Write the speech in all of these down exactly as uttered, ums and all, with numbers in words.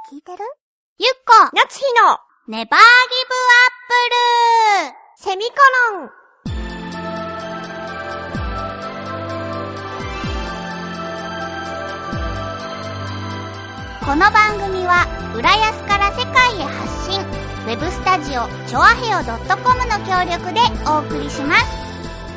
聞いてる？ゆっこなつひのネバーギブアップルセミコロン。 この番組は浦安から世界へ発信、ウェブスタジオチョアヘオ .com の協力でお送りします。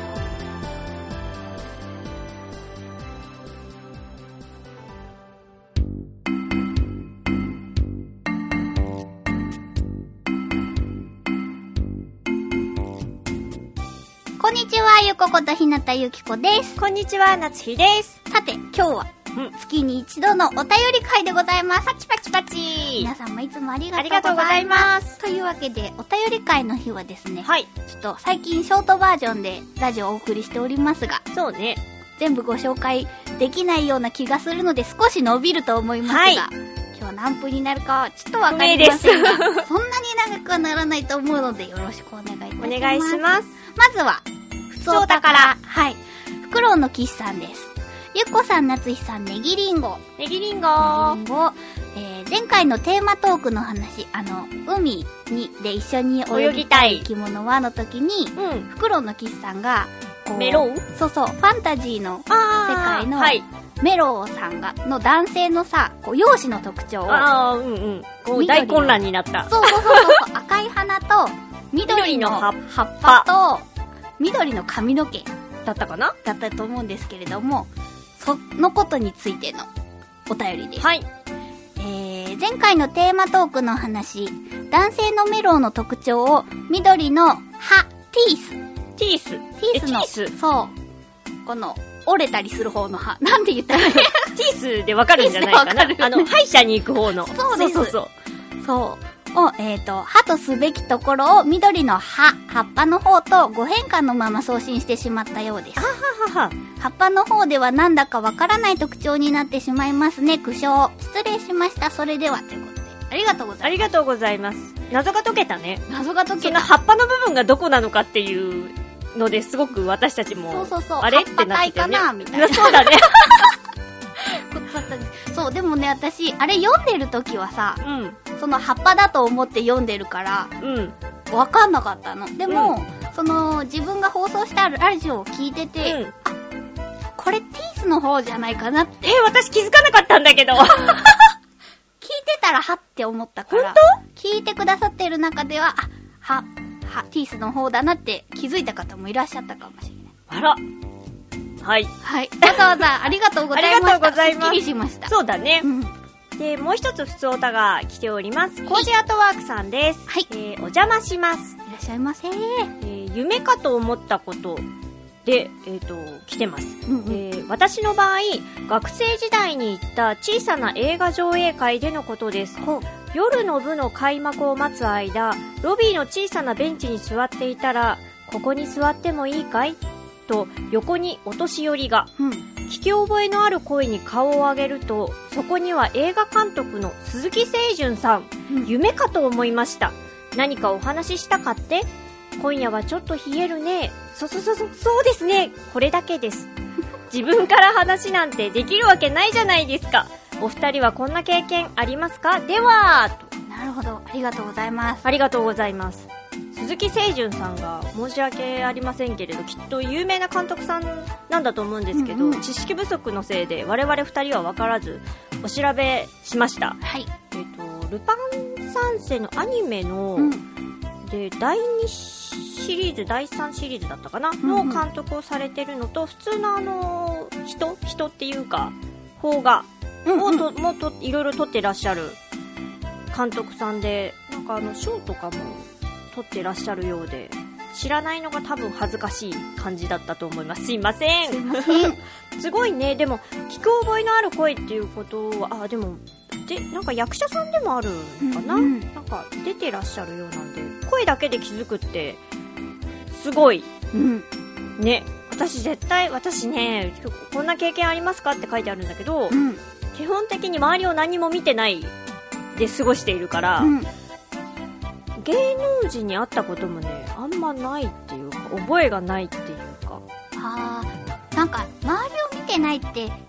こんにちは、ゆこことひなたゆきこです。 こんにちは、なつひです。 さて、今日は月に一度のお便り会でございます。 パチパチパチ。 皆さんもいつもありがとうございます。というわけで、お便り会の日はですね、 はい。 ちょっと最近ショートバージョンでラジオをお送りしておりますが、 そうね。 全部ご紹介できないような気がするので少し伸びると思いますが、 はい、 今日何分になるかはちょっとわかりませんが、そんなに長くはならないと思うのでよろしくお願いいたします。 お願いします。 まずは、ふつおたから、はい。フクロウのキスさんです。ゆっこさん、なつひさん、ネギリンゴ。 ネギリンゴ。 ネギリンゴ。えー、前回のテーマトークの話、あの、海に、で一緒に泳ぎたい生き物はの時に、うん、フクロウのキスさんが、こうメロウ？ そうそう、ファンタジーの世界の、はい、メロウさんが、の男性のさ、こう、容姿の特徴を、 ああ、うんうん。こう、大混乱になった。 そうそうそうそう、赤い花と、緑の葉っぱと、緑の髪の毛だったかなだったと思うんですけれども、そのことについてのお便りです。 はい。 えー、前回のテーマトークの話、男性のメロウの特徴を緑の葉、ティース。 ティース。 ティースの、 ティースそう。この、折れたりする方の葉。なんて言ったらいい？ ティースでわかるんじゃないかな。あの、歯医者に行く方の。 そうです。 そうそうそう。 そう。を、えっと、歯とすべきところを緑の葉、葉っぱの方とご変換のまま送信してしまったようです。 はははは。 葉っぱの方ではなんだかわからない特徴になってしまいますね。苦笑。失礼しました。それでは、ということで。ありがとうございます。 ありがとうございます。謎が解けたね。 謎が解けた。 その葉っぱの部分がどこなのかっていうのですごく私たちも、 そうそうそう。 あれってなってたよね。 葉っぱ体かなみたいな。 そうだね。 ことだったんです。そう、でもね、私、あれ読んでるときはさ、 うん。 その葉っぱだと思って読んでるから、 うん。 わかんなかったの。でも、 うん、 その、自分が放送したラジオを聞いてて、うん、あ、これティースの方じゃないかなって。 え、私気づかなかったんだけど。聞いてたらはって思ったから。 本当？ 聞いてくださってる中では、あ、は、は、ティースの方だなって気づいた方もいらっしゃったかもしれない。 あら。はい。 はい。わざわざありがとうございました。 ありがとうございます。 すっきりしました。 そうだね。 うん。 で、もう一つふつおたが来ております。コージアートワークさんです。 はい。 えー、お邪魔します。 いらっしゃいませー。 えー、夢かと思ったことで、えっと、来てます。 うんうん、 えー、私の場合、学生時代に行った小さな映画上映会でのことです。夜の部の開幕を待つ間、ロビーの小さなベンチに座っていたら、ここに座ってもいいかいと横にお年寄りが、うん、聞き覚えのある声に顔を上げると、そこには映画監督の鈴木清純さん、うん、夢かと思いました。何かお話ししたかって？今夜はちょっと冷えるね。そそそそそうですね。これだけです。自分から話なんてできるわけないじゃないですか。お二人はこんな経験ありますか？ではと。 なるほど、ありがとうございます。 ありがとうございます。鈴木清純さんが申し訳ありませんけれど、きっと有名な監督さんなんだと思うんですけど、うんうん、知識不足のせいで我々二人は分からずお調べしました。 はい。 えっと、ルパン三世のアニメの、うん、でだいにシリーズ、だいさんシリーズだったかな、うんうん、の監督をされてるのと、普通のあの人人っていうか邦画をと、うんうん、もといろいろ撮ってらっしゃる監督さんで、なんかあの賞とかも撮ってらっしゃるようで、知らないのが多分恥ずかしい感じだったと思います。すいません。 すいません。 すごいね。でも聞く覚えのある声っていうことは、あ、でもでなんか役者さんでもあるのかな、うんうん、なんか出てらっしゃるようなんで、声だけで気づくってすごい、 うん、 ね。私絶対、私ね、こんな経験ありますかって書いてあるんだけど、 うん、 基本的に周りを何も見てないで過ごしているから、 うん、 芸能人に会ったこともね、あんまないっていうか、覚えがないっていうか。 あー、なんか周りを見てないって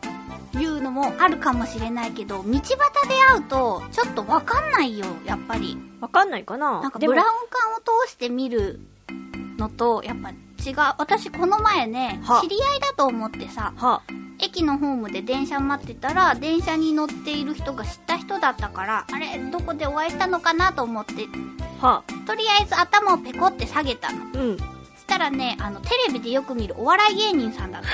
いうのもあるかもしれないけど、道端で会うとちょっとわかんないよ、やっぱり。 わかんないかな。 なんかブラウン管を通して見るのとやっぱ違う。私この前ね、知り合いだと思ってさ、は駅のホームで電車待ってたら、電車に乗っている人が知った人だったから、あれどこでお会いしたのかなと思って、はとりあえず頭をペコって下げたの。うん。そしたらね、あのテレビでよく見るお笑い芸人さんだった。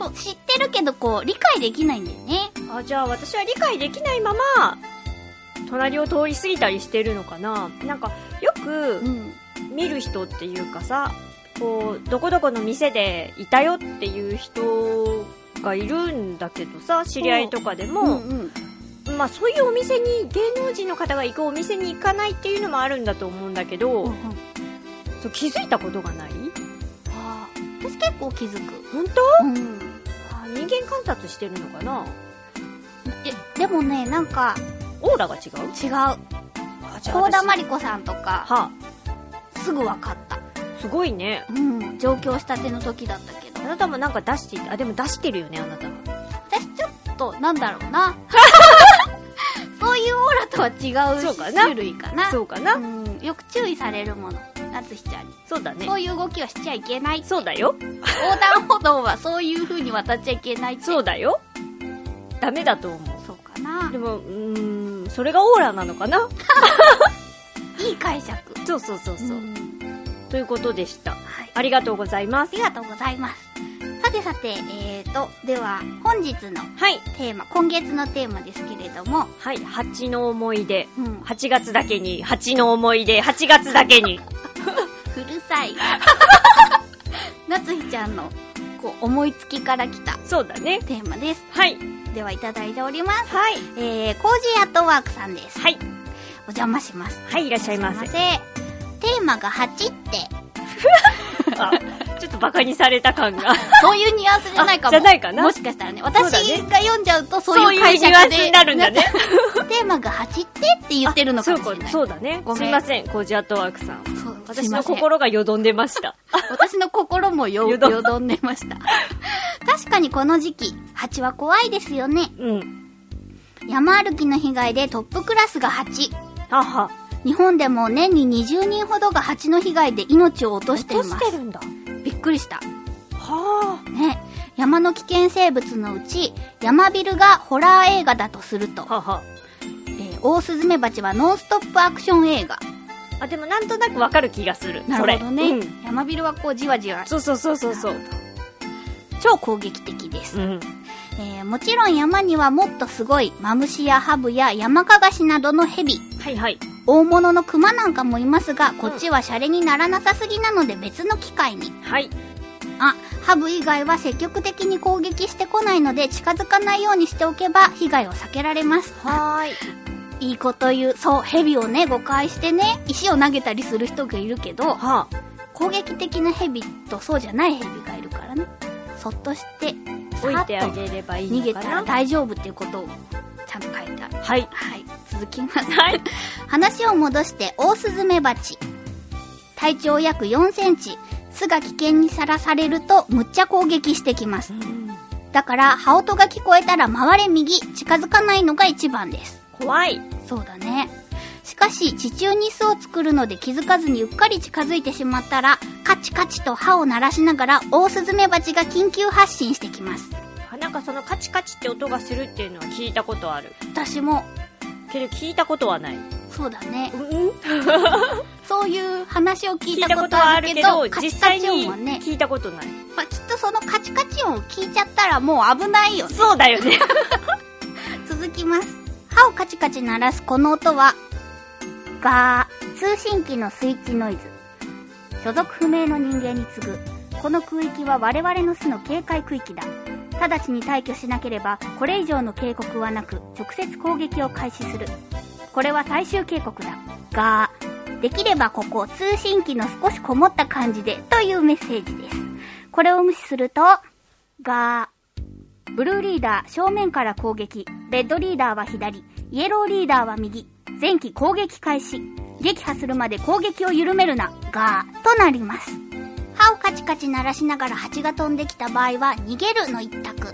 知ってるけどこう理解できないんだよね。 あ、じゃあ私は理解できないまま隣を通り過ぎたりしてるのかな。なんかよく見る人っていうかさ、こうどこどこの店でいたよっていう人がいるんだけどさ、知り合いとかでも、うんうん、まあそういうお店に、芸能人の方が行くお店に行かないっていうのもあるんだと思うんだけど、うんうん、そう気づいたことがない？ あ、私結構気づく。 本当？うん。あ、人間観察してるのかな。 え、でもね、なんかオーラが違う？ 違う。幸田真理子さんとか、はあ、すぐ分かった。 すごいね。 うん。上京したての時だったけど。 あなたもなんか出していた。あ、でも出してるよね、あなたは。 私ちょっと、なんだろうな。そういうオーラとは違う種類かな。 そうかな。 うん。よく注意されるもの。夏日ちゃんに。 そうだね。 そういう動きはしちゃいけないって。 そうだよ。 横断歩道はそういう風に渡っちゃいけないって。 そうだよ。ダメだと思う。 そうかな。 でも、うーん、それがオーラなのかな。 いい解釈。 そうそうそうそう。ということでした、はい。ありがとうございます。 ありがとうございます。さてさて、えーと、では、本日のテーマ、はい、今月のテーマですけれども。 はい、蜂の思い出。うん、はちがつだけに、蜂の思い出、はちがつだけに。 うるさい。夏日ちゃんの、こう、思いつきから来た。 そうだね。 テーマです。 はい。 では、いただいております。 はい。 えー、コージーアットワークさんです。 はい。 お邪魔します。 はい、いらっしゃいませ。 すいません。テーマがはちって。 あ、ちょっとバカにされた感が。 そういうニュアンスじゃないかも。 じゃないかな。 もしかしたらね。私が読んじゃうとそういう解釈で。そういうニュアンスになるんだね。 テーマがはちってって言ってるのかもしれない。 そうだね。すいません、コージーアットワークさん。 そう、 私の心がよどんでました。 私の心もよ、よどんでました。確かにこの時期、蜂は怖いですよね。うん。山歩きの被害でトップクラスが蜂。はは。日本でも年ににじゅうにんほどが蜂の被害で命を落としています。 落としてるんだ。 びっくりした。 はあ。ね。山の危険生物のうち、ヤマビルがホラー映画だとすると。はは。えー、オオスズメバチはノンストップアクション映画。 あ、でもなんとなくわかる気がする。 なるほどね。うん、ヤマビルはこうじわじわ。 そうそうそうそうそう。 超攻撃的です。うん。えー、もちろん山にはもっとすごいマムシやハブやヤマカガシなどのヘビ。 はいはい。 大物のクマなんかもいますが、こっちはシャレにならなさすぎなので別の機会に。 はい。 あ、ハブ以外は積極的に攻撃してこないので近づかないようにしておけば被害を避けられます。 はーい。いいこと言う。そう、ヘビをね、誤解してね、石を投げたりする人がいるけど、はあ、攻撃的なヘビとそうじゃないヘビがいるからね。そっとして、 置いてあげればいいのかな。 逃げたら大丈夫っていうことをちゃんと書いてある。 はい。 はい。続きます。 はい。 話を戻して、オオスズメバチ。体長約よんセンチ。巣が危険にさらされると、むっちゃ攻撃してきます。だから、羽音が聞こえたら回れ右、近づかないのが一番です。 怖い。 そうだね。しかし、地中に巣を作るので気づかずにうっかり近づいてしまったら、カチカチと歯を鳴らしながら、オオスズメバチが緊急発進してきます。 なんかそのカチカチって音がするっていうのは聞いたことある。 私も。 けど聞いたことはない。 そうだね。 うんそういう話を聞いたことはあるけど、 けど実際に聞いたことない。 まあ、きっとそのカチカチ音を聞いちゃったらもう危ないよね。 そうだよね。 続きます。歯をカチカチ鳴らすこの音は、ガー、通信機のスイッチノイズ。所属不明の人間に次ぐ。この空域は我々の巣の警戒区域だ。直ちに退去しなければ、これ以上の警告はなく、直接攻撃を開始する。これは最終警告だ。が、できればここ、通信機の少しこもった感じで、というメッセージです。これを無視すると、が、ブルーリーダー、正面から攻撃。レッドリーダーは左。イエローリーダーは右。前期攻撃開始。撃破するまで攻撃を緩めるな。が、となります。歯をカチカチ鳴らしながら蜂が飛んできた場合は逃げるの一択。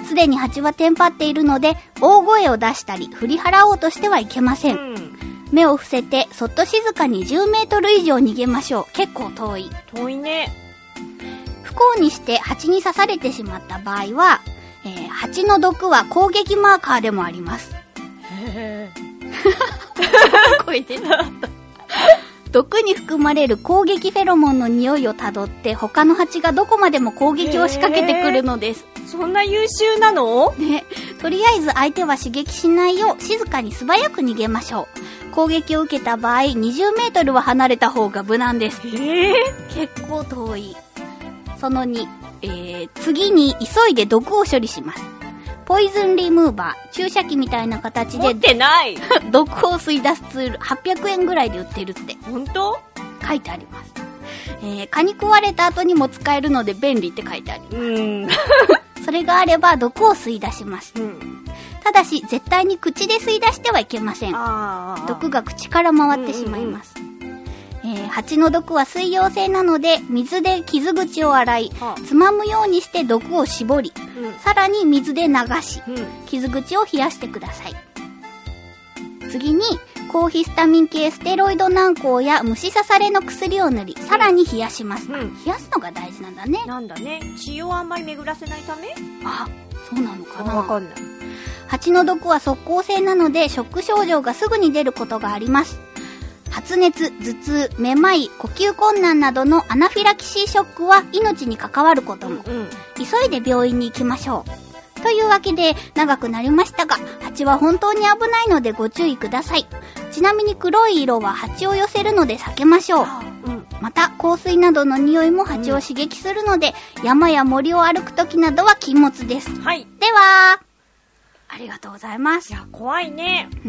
すでに蜂はテンパっているので、大声を出したり振り払おうとしてはいけません。うん、目を伏せてそっと静かにじゅうメートル以上逃げましょう。結構遠い。 遠いね。 不幸にして蜂に刺されてしまった場合は、えー、蜂の毒は攻撃マーカーでもあります。へー声出た。毒に含まれる攻撃フェロモンの匂いをたどって他の蜂がどこまでも攻撃を仕掛けてくるのです。 そんな優秀なの？ ね、とりあえず相手は刺激しないよう静かに素早く逃げましょう。攻撃を受けた場合にじゅうメートルは離れた方が無難です。 えー、 結構遠い。そのに、えー、次に急いで毒を処理します。ポイズンリムーバー、注射器みたいな形で持ってない毒を吸い出すツールはっぴゃくえんぐらいで売ってるって。 本当？ 書いてあります。えー、蚊に食われた後にも使えるので便利って書いてあります。うんそれがあれば毒を吸い出します。うん、ただし絶対に口で吸い出してはいけません。毒が口から回ってしまいます。うんうんうんえー、蜂の毒は水溶性なので水で傷口を洗い、はあ、つまむようにして毒を絞り、うん、さらに水で流し、うん、傷口を冷やしてください。次に抗ヒスタミン系ステロイド軟膏や虫刺されの薬を塗り、さらに冷やします、うん、冷やすのが大事なんだね。 なんだね。血をあんまり巡らせないため？ あ、そうなのかな。 わかんない。 蜂の毒は即効性なのでショック症状がすぐに出ることがあります。発熱、頭痛、めまい、呼吸困難などのアナフィラキシーショックは命に関わることも、うんうん、急いで病院に行きましょう。というわけで長くなりましたが、蜂は本当に危ないのでご注意ください。ちなみに黒い色は蜂を寄せるので避けましょう。うん、また香水などの匂いも蜂を刺激するので、うん、山や森を歩くときなどは禁物です。 はい。 では、ありがとうございます。 いや、怖いね。うん。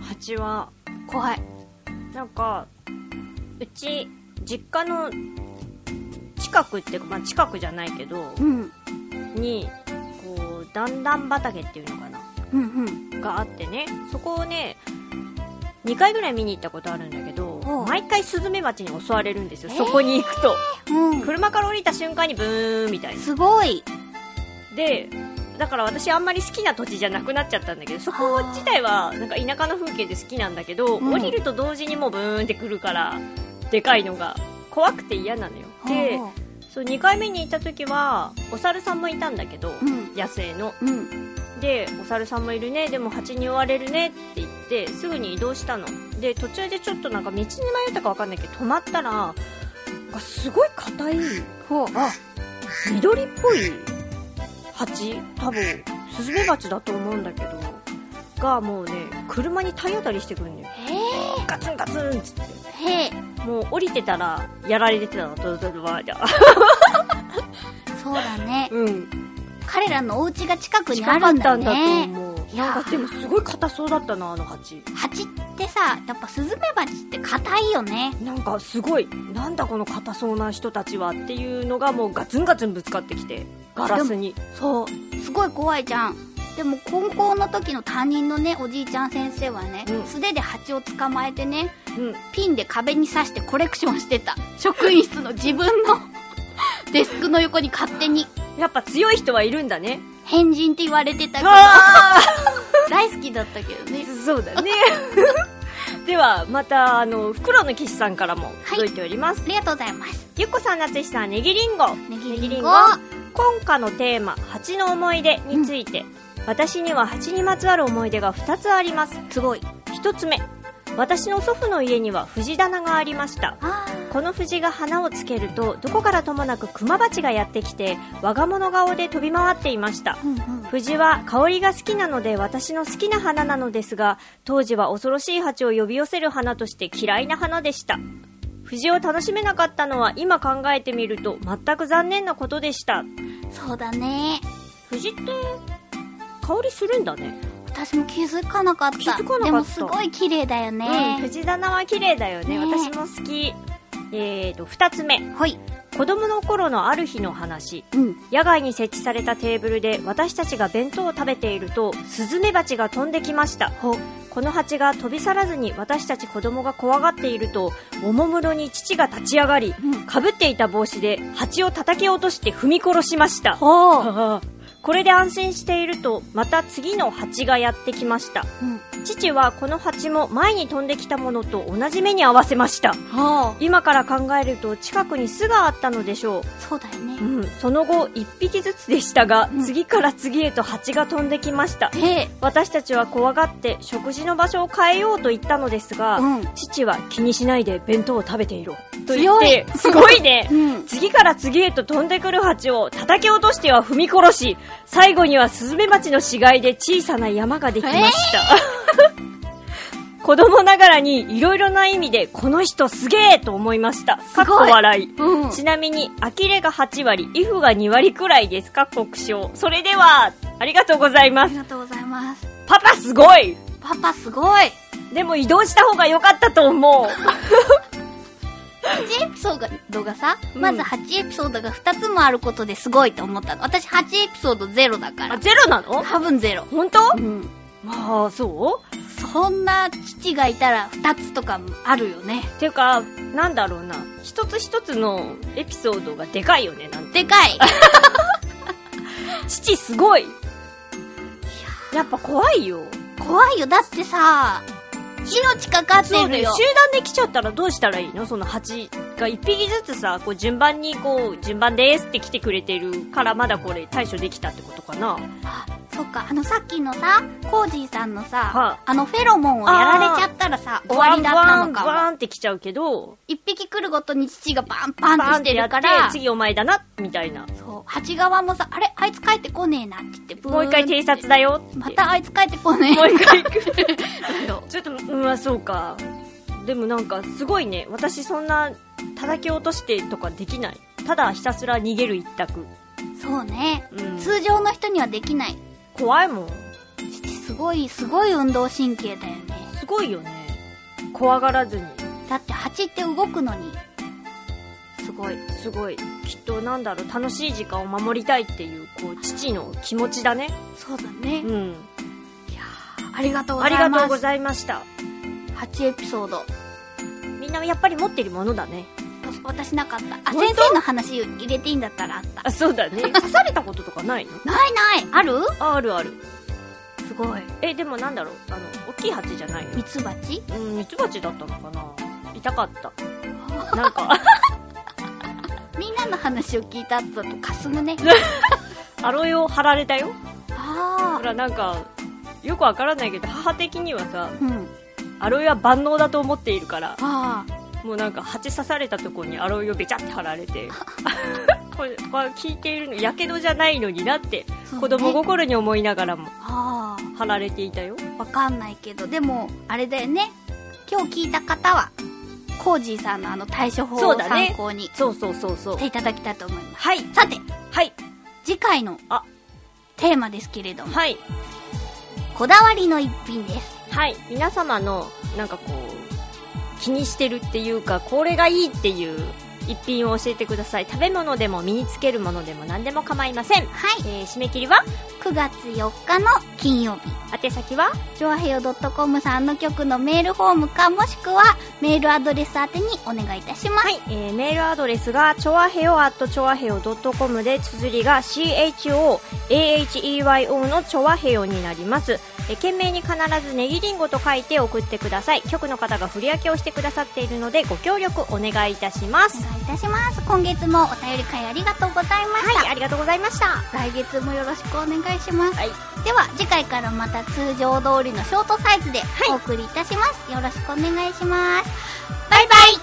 蜂は怖い。 なんかうち実家の近くっていうか、まあ近くじゃないけど、うん、にこう段々畑っていうのかな、うんうん、があってね、そこをねにかいぐらい見に行ったことあるんだけど、毎回スズメバチに襲われるんですよ、えー、そこに行くと、うん、車から降りた瞬間にブーンみたいな。 すごい。 でだから私あんまり好きな土地じゃなくなっちゃったんだけど、そこ自体はなんか田舎の風景で好きなんだけど、うん、降りると同時にもうブーンってくるからでかいのが怖くて嫌なのよ。で、そうにかいめに行った時はお猿さんもいたんだけど、うん、野生の、うん、でお猿さんもいるね、でも蜂に追われるねって言ってすぐに移動したので、途中でちょっとなんか道に迷ったか分かんないけど止まったら、なんかすごい硬い、あ、緑っぽい蜂、多分スズメバチだと思うんだけどがもうね車に体当たりしてくるんだよ。へー、ガツンガツンっつって、 へー、もう降りてたらやられてたのとととばじゃそうだね、 うん、 彼らのお家が近くにあるんだね。近かったんだと思う。 なんかでもすごい硬そうだったな、あの蜂。 蜂ってさ、やっぱスズメバチって硬いよね。 なんかすごい、なんだこの硬そうな人たちはっていうのがもうガツンガツンぶつかってきて、ガラスに。 そう、すごい怖いじゃん。でも高校の時の担任のねおじいちゃん先生はね、うん、素手で蜂を捕まえてね、うん、ピンで壁に刺してコレクションしてた。職員室の自分のデスクの横に勝手に。 やっぱ強い人はいるんだね。 変人って言われてたけど大好きだったけどね。 そうだねではまたあの袋の騎士さんからも届いております、 はい、ありがとうございます。 ゆっこさん、なつしさん、ねぎりんごねぎりんご。 今回のテーマ蜂の思い出について、うん、私には蜂にまつわる思い出がふたつあります。 すごい。 ひとつめ、私の祖父の家には藤棚がありました。この藤が花をつけるとどこからともなくクマバチがやってきて我が物顔で飛び回っていました、うんうん、藤は香りが好きなので私の好きな花なのですが、当時は恐ろしい蜂を呼び寄せる花として嫌いな花でした。藤を楽しめなかったのは今考えてみると全く残念なことでした。 そうだね。 藤って香りするんだね。 私も気づかなかった。 気づかなかった。 でもすごい綺麗だよね、 うん、藤棚は綺麗だよね、ね。私も好き。えーと、二つ目。 はい。 子供の頃のある日の話、うん、野外に設置されたテーブルで私たちが弁当を食べているとスズメバチが飛んできました。この蜂が飛び去らずに私たち子供が怖がっていると、おもむろに父が立ち上がり、うん、かぶっていた帽子で蜂を叩き落として踏み殺しました。 これで安心していると、また次の蜂がやってきました。うん、父はこの蜂も前に飛んできたものと同じ目に合わせました。はあ、今から考えると近くに巣があったのでしょう。 そうだよね。 うん、その後一匹ずつでしたが、うん、次から次へと蜂が飛んできました。私たちは怖がって食事の場所を変えようと言ったのですが、うん、父は気にしないで弁当を食べていろと言って、すごいね、うん、次から次へと飛んでくる蜂を叩き落としては踏み殺し、最後にはスズメバチの死骸で小さな山ができました。えー、子供ながらにいろいろな意味でこの人すげえと思いました。かっこ笑い、うん、ちなみに呆れがはちわり、イフがにわりくらいです。かっこ苦笑。それではありがとうございます。ありがとうございます。 パパすごい。 パパすごい。 でも移動した方が良かったと思う。 はちエピソードがさ、まずはちエピソードがふたつもあることですごいと思ったの。私はちエピソードゼロだから。 あ、ゼロなの？ 多分ゼロ。 ほんと？うん。まあ、そうそんな父がいたらふたつとかもあるよね。 ていうか、なんだろうな。一つ一つのエピソードがでかいよね、なんて。 でかい。 父すごい。いや、やっぱ怖いよ。 怖いよ。だってさ、命かかってるよ。そうね、 集団で来ちゃったらどうしたらいいの？その蜂が一匹ずつさ、こう順番にこう、順番ですって来てくれてるからまだこれ対処できたってことかな。 あ、そっか。あのさっきのさ、コージーさんのさ、はあ、あのフェロモンをやられちゃったらさ、終わりだったのかも。 バーンって来ちゃうけど、 一匹来るごとに父がバンバンってしてるから、 次お前だな、みたいな。 そう。蜂側もさ、あれあいつ帰ってこねえなって言って、ブーンもう一回偵察だよって。 またあいつ帰ってこねえ。 もう一回行く。ちょっと、うん、そうか。でもなんかすごいね。私そんな叩き落としてとかできない。ただひたすら逃げる一択。 そうね、うん、通常の人にはできない。 怖いもん。 すごいすごい運動神経だよね。 すごいよね。怖がらずに。 だって蜂って動くのにすごいすごい。きっとなんだろう、楽しい時間を守りたいっていうこう父の気持ちだね。 そうだね。 うん。 いやー、ありがとうございます。 ありがとうございました。 はちエピソード。 みんなやっぱり持ってるものだね。 私なかった。あ、先生の話入れていいんだったらあった。 あ、そうだね。刺されたこととかないの？ ないない。ある？ あ、あるある。 すごい。 え、でもなんだろう、あの、大きい蜂じゃないの？ ミツバチ？ うん、ミツバチだったのかな。痛かった。なんか。 みんなの話を聞いた後だとかすむね。 アロエを貼られたよ。 ああ。 ほら、なんか、よくわからないけど、母的にはさ、 うん。 アロエは万能だと思っているから、 あもうなんか蜂刺されたところにアロエをべちゃって貼られて、これは聞いているの、やけどじゃないのになって、子供心に思いながらも、貼られていたよ。 わかんないけど、でも、あれだよね。今日聞いた方は、コージーさんのあの対処法を参考に、 そうそうそうそう。 していただきたいと思います。 はい。 さて、 はい。 次回の、あ、テーマですけれども、 はい。 こだわりの一品です。 はい。皆様の、なんかこう、気にしてるっていうか、これがいいっていう一品を教えてください。食べ物でも身につけるものでも何でも構いません。 はい。 えー、締め切りはくがつよっかの金曜日。 宛先はチョアヘヨ .com さんの局のメールフォームか、もしくはメールアドレス宛てにお願いいたします。 はい。えー、メールアドレスがチョアヘヨ アットチョアヘヨ .com で、綴りが シーエイチオーエーエイチイーワイオー のチョアヘヨになります。えー、件名に必ずネギリンゴと書いて送ってください。局の方が振り分けをしてくださっているので、ご協力お願いいたします。 お願いいたします。今月もお便り会ありがとうございました。 はい、ありがとうございました。 来月もよろしくお願いします。 はい。 では次回からまた通常通りのショートサイズでお送りいたします。はい、よろしくお願いします。バイバイ。